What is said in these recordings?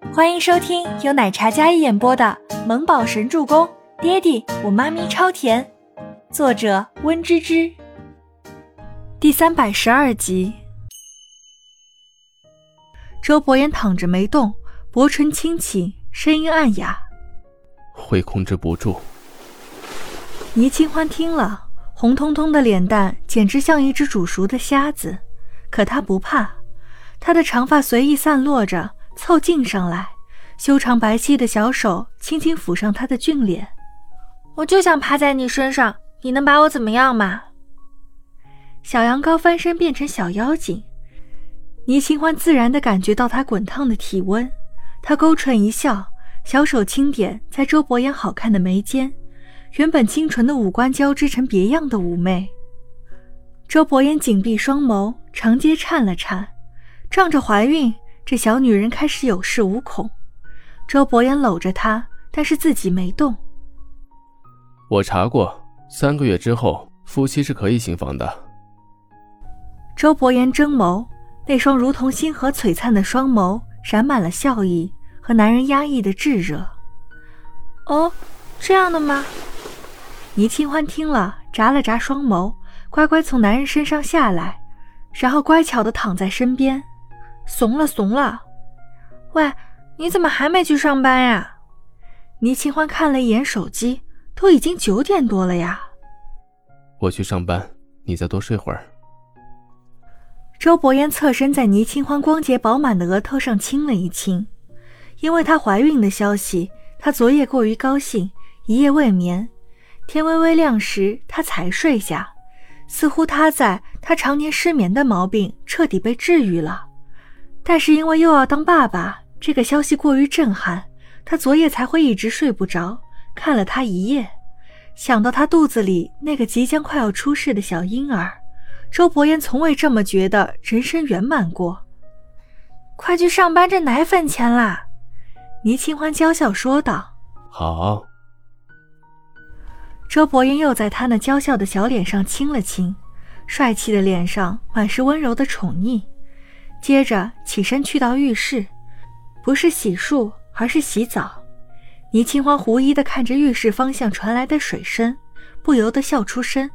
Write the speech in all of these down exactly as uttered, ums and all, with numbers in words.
欢迎收听由奶茶嘉一演播的《萌宝神助攻》，爹地我妈咪超甜，作者温芝芝。第三百十二集。周伯言躺着没动，薄唇轻启，声音暗哑， 会控制不住。 倪清欢听了，红彤彤的脸蛋简直像一只煮熟的虾子，可她不怕，她的长发随意散落着，凑近上来，修长白皙的小手轻轻抚上她的俊脸。我就想趴在你身上，你能把我怎么样吗？小羊羔翻身变成小妖精，倪清欢自然地感觉到她滚烫的体温，她勾唇一笑，小手轻点在周伯言好看的眉间，原本清纯的五官交织成别样的妩媚。周伯言紧闭双眸，长睫颤了颤，仗着怀孕，这小女人开始有恃无恐。周伯言搂着她，但是自己没动。 我查过，三个月之后夫妻是可以行房的。 周伯言睁眸，那双如同星河璀璨的双眸闪满了笑意和男人压抑的炙热。哦，这样的吗？倪清欢听了，眨了眨双眸，乖乖从男人身上下来，然后乖巧地躺在身边。怂了怂了。喂，你怎么还没去上班呀？倪清欢看了一眼手机，都已经九点多了呀。 我去上班，你再多睡会儿。 周伯言侧身在倪清欢光洁饱满的额头上亲了一亲。因为她怀孕的消息，他昨夜过于高兴，一夜未眠。天微微亮时，他才睡下，似乎他在他常年失眠的毛病彻底被治愈了。但是因为又要当爸爸，这个消息过于震撼，他昨夜才会一直睡不着，看了他一夜。想到他肚子里那个即将快要出世的小婴儿，周伯言从未这么觉得人生圆满过。快去上班挣奶粉钱啦！倪清欢娇笑说道。 好。 周伯言又在他那娇笑的小脸上亲了亲，帅气的脸上满是温柔的宠溺。接着起身去到浴室，不是洗漱，而是洗澡。倪清欢狐疑地看着浴室方向传来的水声，不由得笑出声。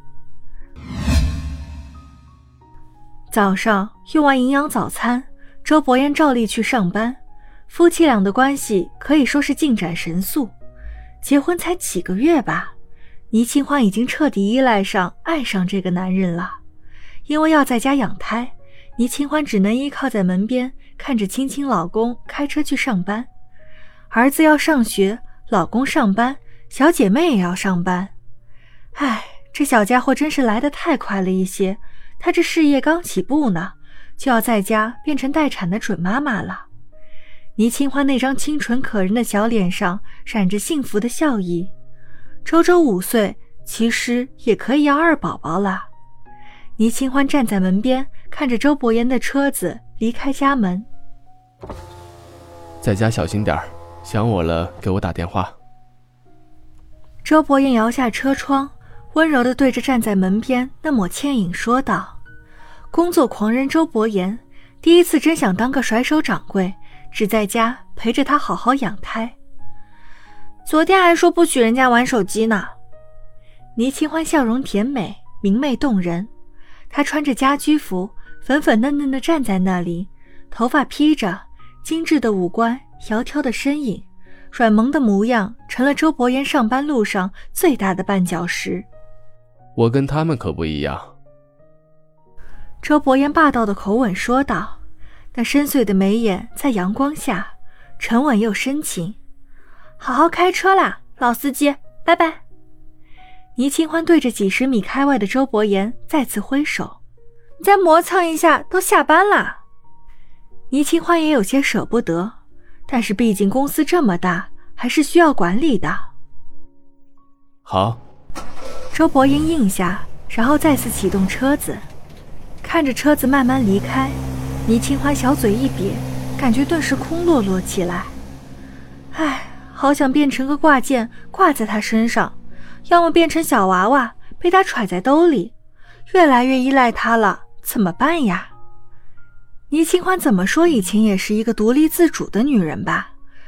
早上用完营养早餐，周伯言照例去上班。夫妻俩的关系可以说是进展神速，结婚才几个月吧，倪清欢已经彻底依赖上爱上这个男人了。因为要在家养胎，倪清欢只能依靠在门边，看着亲亲老公开车去上班。儿子要上学，老公上班，小姐妹也要上班。唉，这小家伙真是来得太快了一些，他这事业刚起步呢，就要在家变成待产的准妈妈了。倪清欢那张清纯可人的小脸上闪着幸福的笑意。周周五岁，其实也可以要二宝宝了。倪清欢站在门边，看着周伯言的车子离开家门。 在家小心点儿，想我了给我打电话。 周伯言摇下车窗，温柔地对着站在门边那抹倩影说道。工作狂人周伯言第一次真想当个甩手掌柜，只在家陪着他好好养胎。昨天还说不许人家玩手机呢。倪清欢笑容甜美，明媚动人。她穿着家居服，粉粉嫩嫩地站在那里，头发披着，精致的五官，窈窕的身影，软萌的模样成了周伯言上班路上最大的绊脚石。 我跟他们可不一样。 周伯言霸道的口吻说道，那深邃的眉眼在阳光下沉稳又深情。好好开车啦，老司机，拜拜。倪清欢对着几十米开外的周伯言再次挥手，再磨蹭一下都下班啦。倪清欢也有些舍不得，但是毕竟公司这么大，还是需要管理的。 好。 周伯言应下，然后再次启动车子。看着车子慢慢离开，倪清欢小嘴一瘪，感觉顿时空落落起来。唉，好想变成个挂件挂在他身上，要么变成小娃娃被他揣在兜里。越来越依赖他了，怎么办呀？倪清欢怎么说以前也是一个独立自主的女人吧，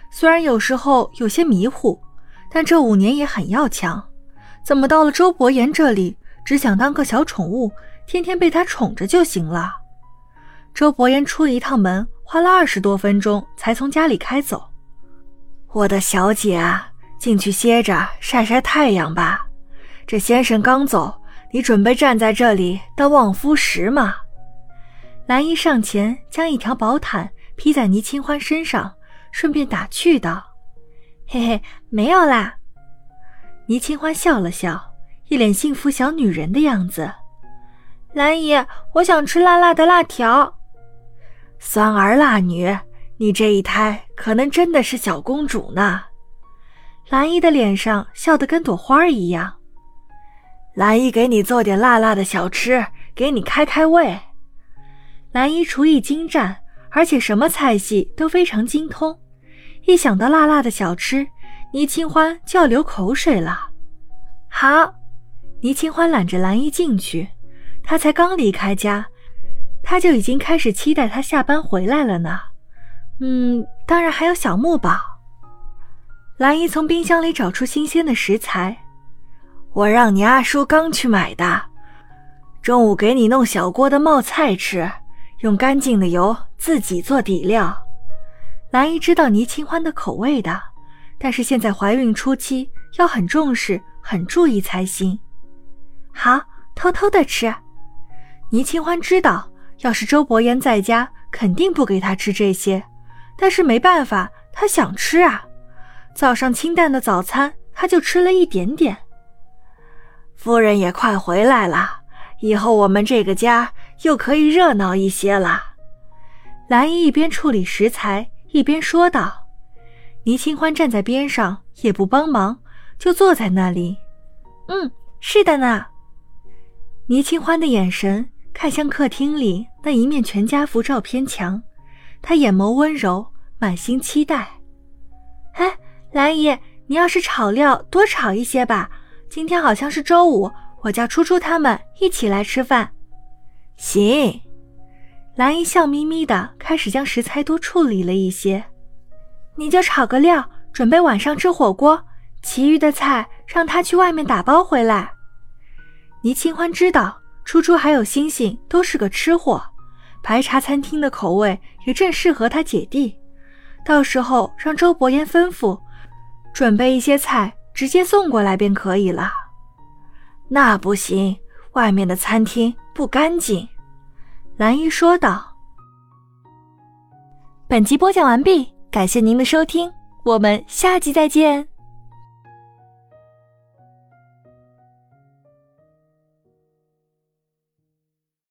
虽然有时候有些迷糊，但这五年也很要强。怎么到了周伯言这里，只想当个小宠物，天天被他宠着就行了。周伯言出一趟门，花了二十多分钟才从家里开走。我的小姐啊，进去歇着晒晒太阳吧。这先生刚走，你准备站在这里当望夫石吗？蓝衣上前将一条薄毯披在倪清欢身上，顺便打趣道：嘿嘿，没有啦。倪清欢笑了笑，一脸幸福小女人的样子。蓝姨，我想吃辣辣的辣条。酸儿辣女，你这一胎可能真的是小公主呢。蓝姨的脸上笑得跟朵花一样。蓝姨给你做点辣辣的小吃，给你开开胃。蓝姨厨艺精湛，而且什么菜系都非常精通。一想到辣辣的小吃，倪清欢就要流口水了。好，倪清欢揽着蓝衣进去，她才刚离开家，她就已经开始期待她下班回来了呢。嗯，当然还有小木宝。蓝衣从冰箱里找出新鲜的食材，我让你阿叔刚去买的，中午给你弄小锅的冒菜吃，用干净的油自己做底料。蓝衣知道倪清欢的口味的，但是现在怀孕初期要很重视很注意才行。好，偷偷的吃。倪清欢知道要是周伯言在家肯定不给他吃这些，但是没办法，他想吃啊。早上清淡的早餐他就吃了一点点。夫人也快回来了，以后我们这个家又可以热闹一些了。蓝衣一边处理食材一边说道。倪清欢站在边上也不帮忙，就坐在那里。嗯，是的呢。倪清欢的眼神看向客厅里那一面全家福照片墙，她眼眸温柔，满心期待。哎，蓝姨，你要是炒料多炒一些吧，今天好像是周五，我叫初初他们一起来吃饭。行。蓝姨笑眯眯的开始将食材多处理了一些。你就炒个料，准备晚上吃火锅，其余的菜让他去外面打包回来。倪清欢知道初初还有星星都是个吃货，白茶餐厅的口味也正适合他姐弟，到时候让周伯言吩咐准备一些菜直接送过来便可以了。那不行，外面的餐厅不干净。蓝衣说道。本集播讲完毕，感谢您的收听，我们下集再见。